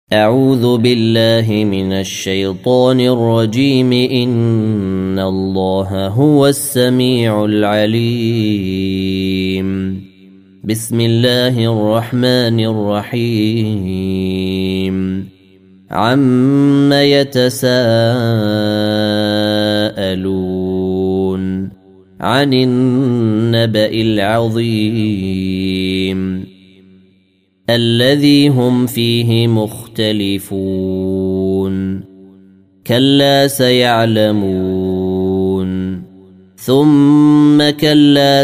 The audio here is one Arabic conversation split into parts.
أعوذ بالله من الشيطان الرجيم. إن الله هو السميع العليم. بسم الله الرحمن الرحيم. عم يتساءلون عن النبأ العظيم الذي هم فيه مختلفون. كلا سيعلمون ثم كلا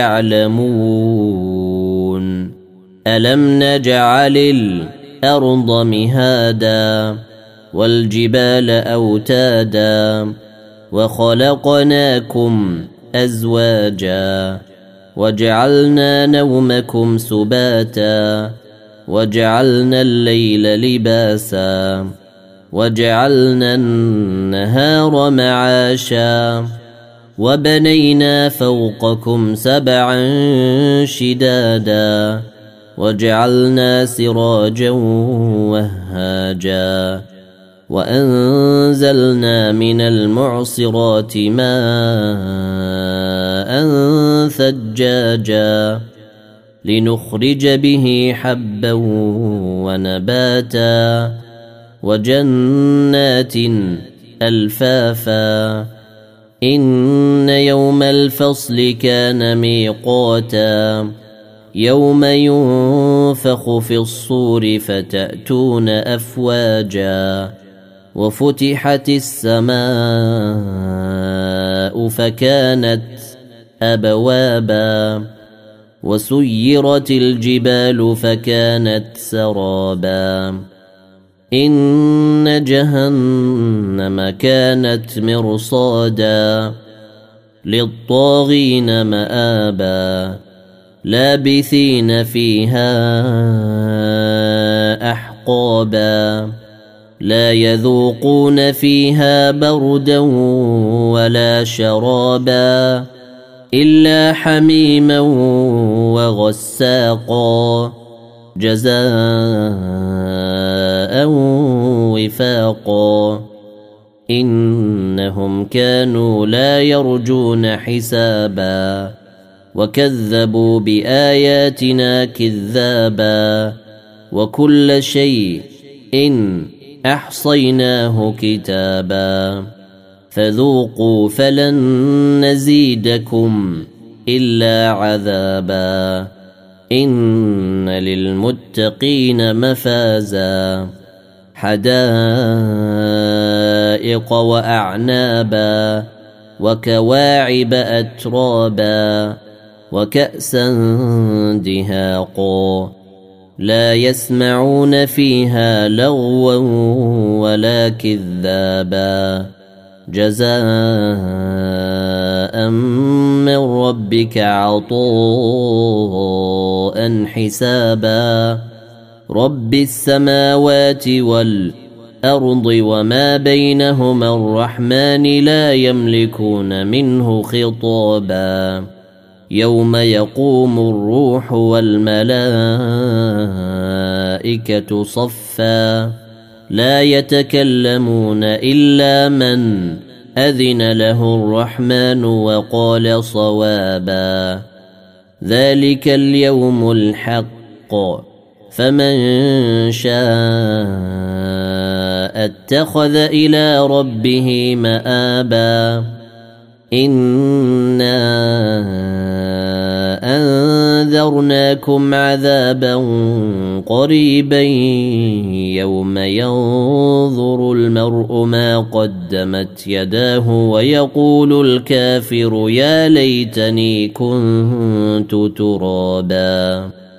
سيعلمون. ألم نجعل الأرض مهادا والجبال أوتادا وخلقناكم أزواجا وجعلنا نومكم سباتا وجعلنا الليل لباسا وجعلنا النهار معاشا وبنينا فوقكم سبعا شدادا وجعلنا سراجا وهاجا وأنزلنا من المعصرات ماء ثجاجا لنخرج به حبا ونباتا وجنات ألفافا. إن يوم الفصل كان ميقاتا يوم ينفخ في الصور فتأتون أفواجا وفتحت السماء فكانت أبوابا وسيرت الجبال فكانت سرابا. إن جهنم كانت مرصادا للطاغين مآبا لابثين فيها أحقابا لا يذوقون فيها بردا ولا شرابا إلا حميما وغساقا جزاء وفاقا. إنهم كانوا لا يرجون حسابا وكذبوا بآياتنا كذابا وكل شيء أحصيناه كتابا فذوقوا فلن نزيدكم إلا عذابا. إن للمتقين مفازا حدائق وأعنابا وكواعب أترابا وكأسا دهاقا لا يسمعون فيها لغوا ولا كذابا جزاء من ربك عطاء حسابا. رب السماوات والأرض وما بينهما الرحمن لا يملكون منه خطابا. يوم يقوم الروح والملائكة صفا لا يتكلمون إلا من أذن له الرحمن وقال صوابا. ذلك اليوم الحق فمن شاء اتخذ إلى ربه مآبا. إنا أنذرناكم عذابا قريبا يوم ينظر المرء ما قدمت يداه ويقول الكافر يا ليتني كنت ترابا.